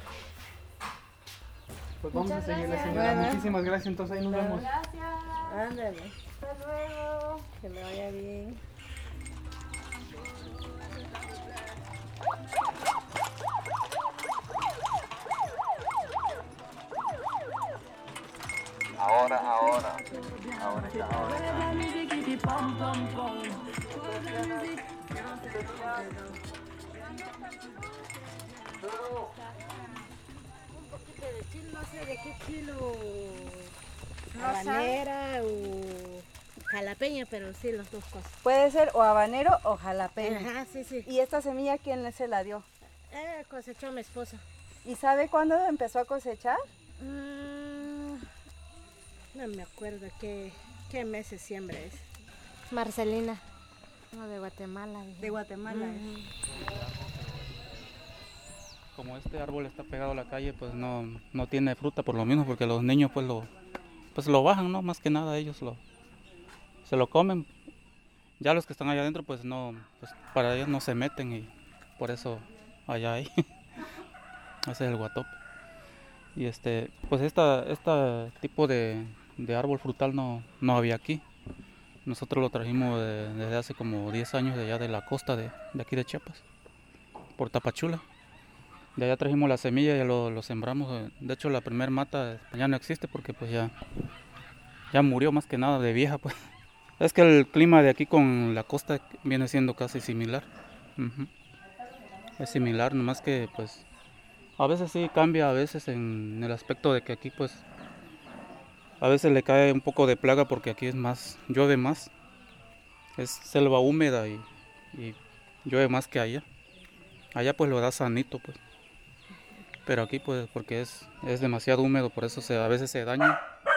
Pues vamos Muchas a seguirle, gracias. señora. Bueno. Muchísimas gracias, entonces ahí nos vemos. Ándale. Hasta luego. Que le vaya bien. Ahora, ahora. Ahora está ahora. Un poquito de chile, no sé de qué kilo. No Habanera o jalapeña, pero sí, las dos cosas. Puede ser o habanero o jalapeño. Ajá, sí, sí. ¿Y esta semilla quién se la dio? Eh, cosechó mi esposa. ¿Y sabe cuándo empezó a cosechar? Mm, no me acuerdo qué, qué mes de siembra es. Marcelina. No, de Guatemala. De Guatemala. Ujú. Como este árbol está pegado a la calle, pues no, no tiene fruta por lo mismo, porque los niños pues lo, pues lo bajan, ¿no? Más que nada ellos lo, se lo comen. Ya los que están allá adentro, pues no, pues para ellos no se meten y por eso allá hay. Ese es el guatope. Y este, pues esta, este tipo de, de árbol frutal no, no había aquí. Nosotros lo trajimos de- desde hace como diez años de allá de la costa de, de aquí de Chiapas, por Tapachula. De allá trajimos la semilla y ya lo, lo sembramos. De hecho, la primer mata ya no existe porque pues ya, ya murió más que nada de vieja. Pues. Es que el clima de aquí con la costa viene siendo casi similar. Ujú. Es similar, nomás que pues a veces sí cambia, a veces en el aspecto de que aquí pues a veces le cae un poco de plaga porque aquí es más, llueve más. Es selva húmeda y, y llueve más que allá. Allá pues lo da sanito pues. Pero aquí pues porque es, es demasiado húmedo, por eso se, a veces se daña.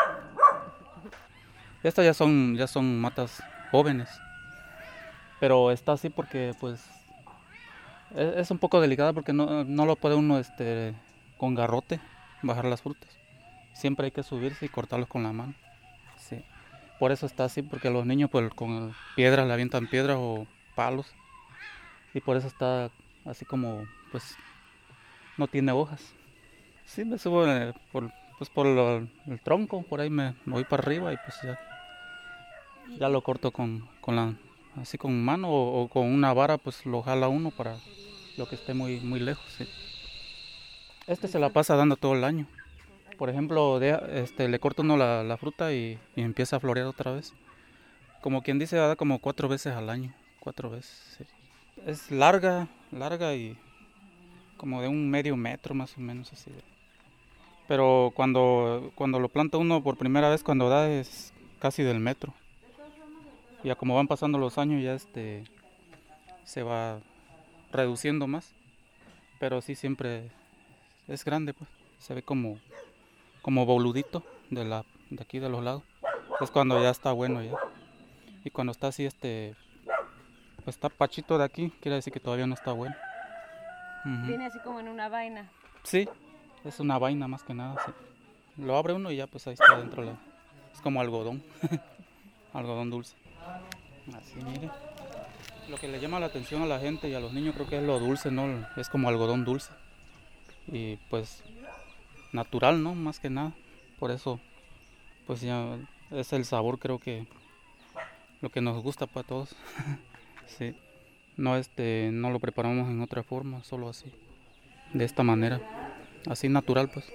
Estas ya son, ya son matas jóvenes. Pero está así porque pues es, es un poco delicada porque no, no lo puede uno este, con garrote bajar las frutas. Siempre hay que subirse y cortarlos con la mano. Sí. Por eso está así, porque los niños pues con piedras le avientan piedras o palos. Y por eso está así como pues no tiene hojas. Sí, me subo eh, por, pues por lo- el tronco, por ahí me, me voy para arriba y pues ya, ya lo corto con, con la, así con mano o, o con una vara, pues lo jala uno para lo que esté muy, muy lejos. Sí. Este se la pasa dando todo el año. Por ejemplo, de- este, le corta uno la, la fruta y, y empieza a florear otra vez. Como quien dice, da como cuatro veces al año, cuatro veces. Sí. Es larga, larga y como de un medio metro más o menos así. Pero cuando, cuando lo planta uno por primera vez, cuando da es casi del metro. Ya como van pasando los años ya este se va reduciendo más. Pero sí siempre es grande pues. Se ve como, como boludito de la de aquí de los lados. Es cuando ya está bueno ya. Y cuando está así este pues está pachito de aquí, quiere decir que todavía no está bueno. Ujú. Viene así como en una vaina. Sí, es una vaina más que nada, sí. Lo abre uno y ya pues ahí está dentro. La... Es como algodón, algodón dulce. Así, mire. Lo que le llama la atención a la gente y a los niños creo que es lo dulce, ¿no? Es como algodón dulce. Y pues natural, ¿no? Más que nada. Por eso pues ya es el sabor, creo que lo que nos gusta para todos. Sí. No, este, no lo preparamos en otra forma, solo así, de esta manera, así natural, pues.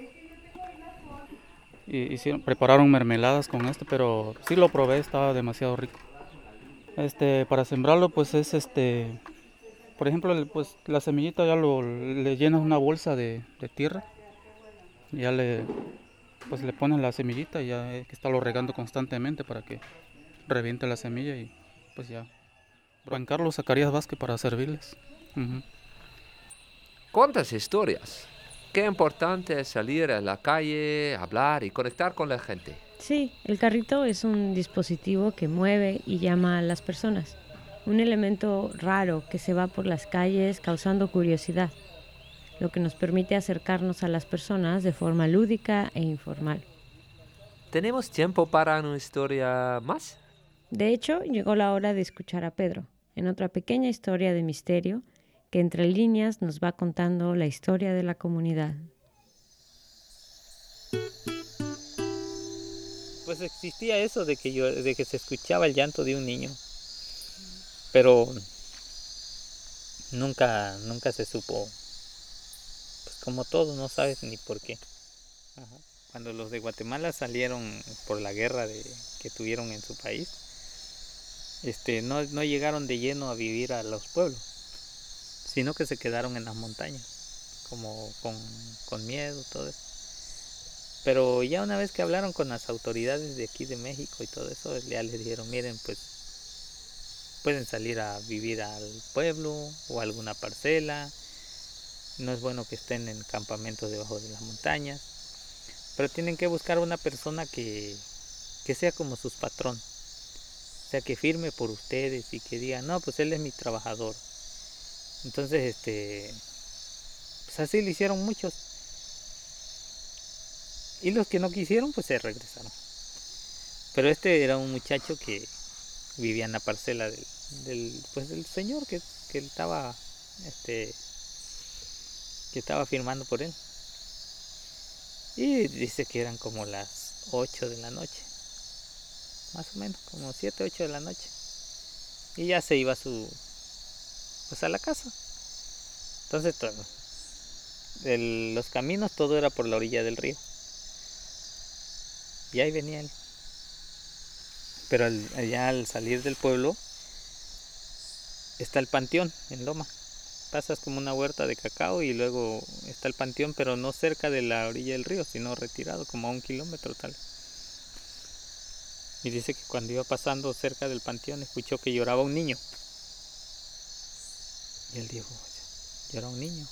Y hicieron, prepararon mermeladas con esto, pero sí lo probé, estaba demasiado rico. Este, para sembrarlo, pues es este, por ejemplo, el, pues la semillita ya lo le llenas una bolsa de, de tierra, y ya le, pues le pones la semillita y ya hay que estarlo regando constantemente para que reviente la semilla y pues ya. Juan Carlos Zacarías Vázquez para servirles. Uh-huh. ¿Cuántas historias? Qué importante es salir a la calle, hablar y conectar con la gente. Sí, el carrito es un dispositivo que mueve y llama a las personas. Un elemento raro que se va por las calles causando curiosidad, lo que nos permite acercarnos a las personas de forma lúdica e informal. ¿Tenemos tiempo para una historia más? De hecho, llegó la hora de escuchar a Pedro, en otra pequeña historia de misterio que entre líneas nos va contando la historia de la comunidad. Pues existía eso de que, yo, de que se escuchaba el llanto de un niño, pero nunca, nunca se supo, pues como todo, no sabes ni por qué. Ajá. Cuando los de Guatemala salieron por la guerra de, que tuvieron en su país, Este, no, no llegaron de lleno a vivir a los pueblos, sino que se quedaron en las montañas, como con, con miedo, todo eso. Pero ya una vez que hablaron con las autoridades de aquí de México y todo eso, ya les dijeron, miren, pues pueden salir a vivir al pueblo o a alguna parcela, no es bueno que estén en campamentos debajo de las montañas, pero tienen que buscar una persona que, que sea como sus patrones. O sea, que firme por ustedes y que diga, no, pues él es mi trabajador. Entonces, este, pues así lo hicieron muchos. Y los que no quisieron, pues se regresaron. Pero este era un muchacho que vivía en la parcela del, del, pues del señor que, que él estaba, este, que estaba firmando por él. Y dice que eran como las ocho de la noche. Más o menos, como siete, ocho de la noche. Y ya se iba a su, pues a la casa. Entonces todo, el, los caminos, todo era por la orilla del río. Y ahí venía él. Pero al, allá al salir del pueblo está el panteón en Loma. Pasas como una huerta de cacao y luego está el panteón, pero no cerca de la orilla del río, sino retirado, como a un kilómetro tal. Y dice que cuando iba pasando cerca del panteón escuchó que lloraba un niño. Y él dijo, llora un niño.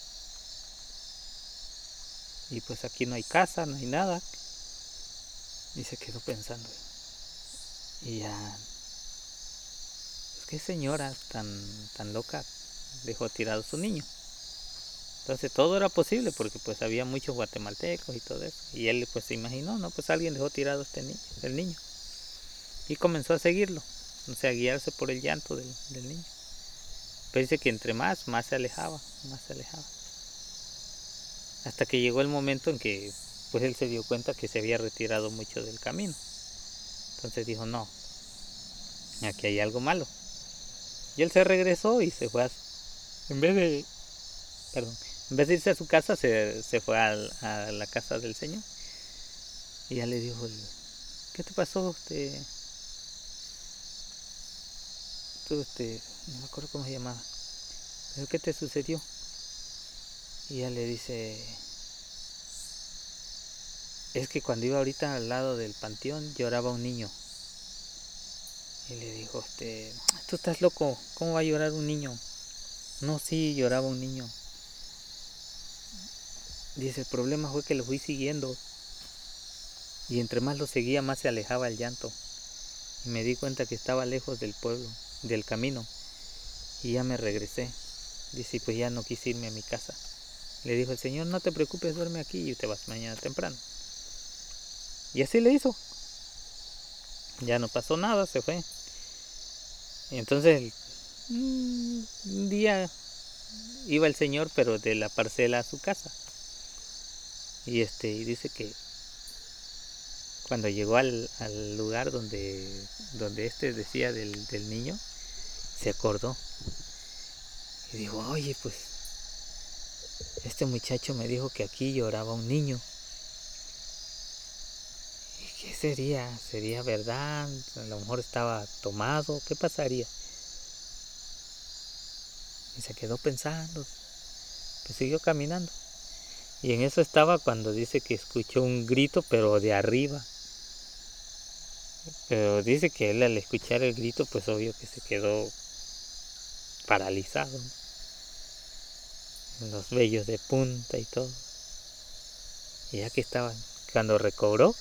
Y pues aquí no hay casa, no hay nada. Y se quedó pensando. Y ya, pues qué señora tan, tan loca dejó tirado su niño. Entonces todo era posible porque pues había muchos guatemaltecos y todo eso. Y él pues se imaginó, no, pues alguien dejó tirado este niño, el niño. Y comenzó a seguirlo, o sea, a guiarse por el llanto del, del niño. Pero dice que entre más, más se alejaba, más se alejaba. Hasta que llegó el momento en que pues él se dio cuenta que se había retirado mucho del camino. Entonces dijo, no, aquí hay algo malo. Y él se regresó y se fue a, en vez de, perdón, en vez de irse a su casa, se, se fue a, a la casa del señor. Y ya le dijo, ¿qué te pasó? Este, tú, este, no me acuerdo cómo se llamaba. ¿Pero qué te sucedió? Y ella le dice, es que cuando iba ahorita al lado del panteón lloraba un niño. Y le dijo, este, tú estás loco, ¿cómo va a llorar un niño? No, sí, lloraba un niño. Dice, el problema fue que lo fui siguiendo. Y entre más lo seguía, más se alejaba el llanto. Y me di cuenta que estaba lejos del pueblo, del camino. Y ya me regresé. Dice, y pues ya no quise irme a mi casa. Le dijo el señor, no te preocupes, duerme aquí y te vas mañana temprano. Y así le hizo. Ya no pasó nada, se fue. Y entonces, un día iba el señor, pero de la parcela a su casa. Y este, y dice que cuando llegó al, al lugar donde, donde este decía del, del niño, se acordó. Y dijo, oye, pues, este muchacho me dijo que aquí lloraba un niño. ¿Y qué sería? ¿Sería verdad? A lo mejor estaba tomado. ¿Qué pasaría? Y se quedó pensando. Pues siguió caminando. Y en eso estaba cuando dice que escuchó un grito, pero de arriba. Pero dice que él al escuchar el grito, pues obvio que se quedó paralizado, ¿no? Los vellos de punta y todo. Y ya que estaba, cuando recobró,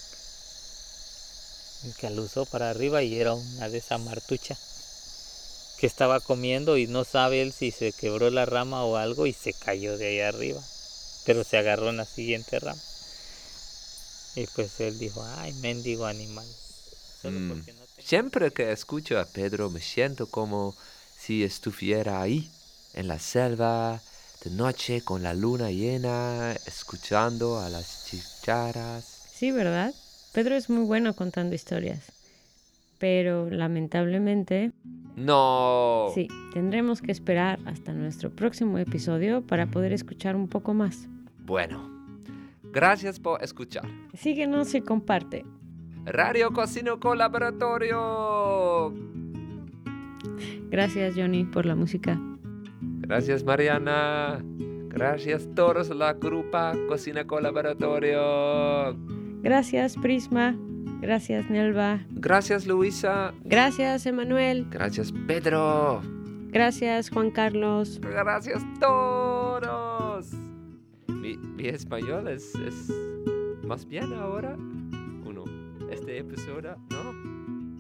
que aluzó para arriba y era una de esas martuchas que estaba comiendo y no sabe él si se quebró la rama o algo y se cayó de ahí arriba. Pero se agarró en la siguiente rama. Y pues él dijo, ay, mendigo animal. Solo Mm. porque no te... Siempre que escucho a Pedro me siento como si estuviera ahí, en la selva, de noche con la luna llena, escuchando a las chícharas. Sí, ¿verdad? Pedro es muy bueno contando historias. Pero lamentablemente... ¡No! Sí, tendremos que esperar hasta nuestro próximo episodio para poder escuchar un poco más. Bueno, gracias por escuchar. Síguenos y comparte. Radio Cocina Colaboratorio. Gracias, Johnny, por la música. Gracias, Mariana. Gracias todos la grupa Cocina Colaboratorio. Gracias, Prisma. Gracias, Nelva. Gracias, Luisa. Gracias, Emanuel. Gracias, Pedro. Gracias, Juan Carlos. Gracias todos. Mi, mi español es, es más bien ahora. Uno, este episodio, ¿no?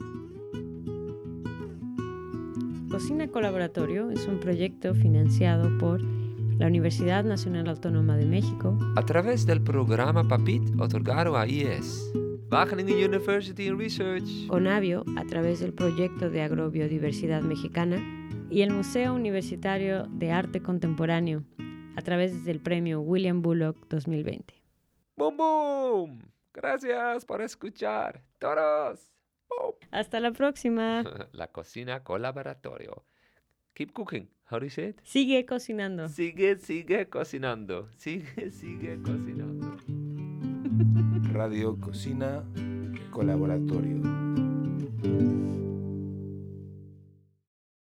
Cocina Colaboratorio es un proyecto financiado por la Universidad Nacional Autónoma de México a través del programa PAPIT otorgado a I E S, Wageningen University and Research, ONAVIO a través del proyecto de agrobiodiversidad mexicana y el Museo Universitario de Arte Contemporáneo a través del premio William Bullock dos mil veinte. ¡Boom, boom! Gracias por escuchar, todos. Boom. Hasta la próxima. La Cocina Colaboratorio. Keep cooking. How do you say it? Sigue cocinando. Sigue, sigue cocinando. Sigue, sigue cocinando. Radio Cocina Colaboratorio.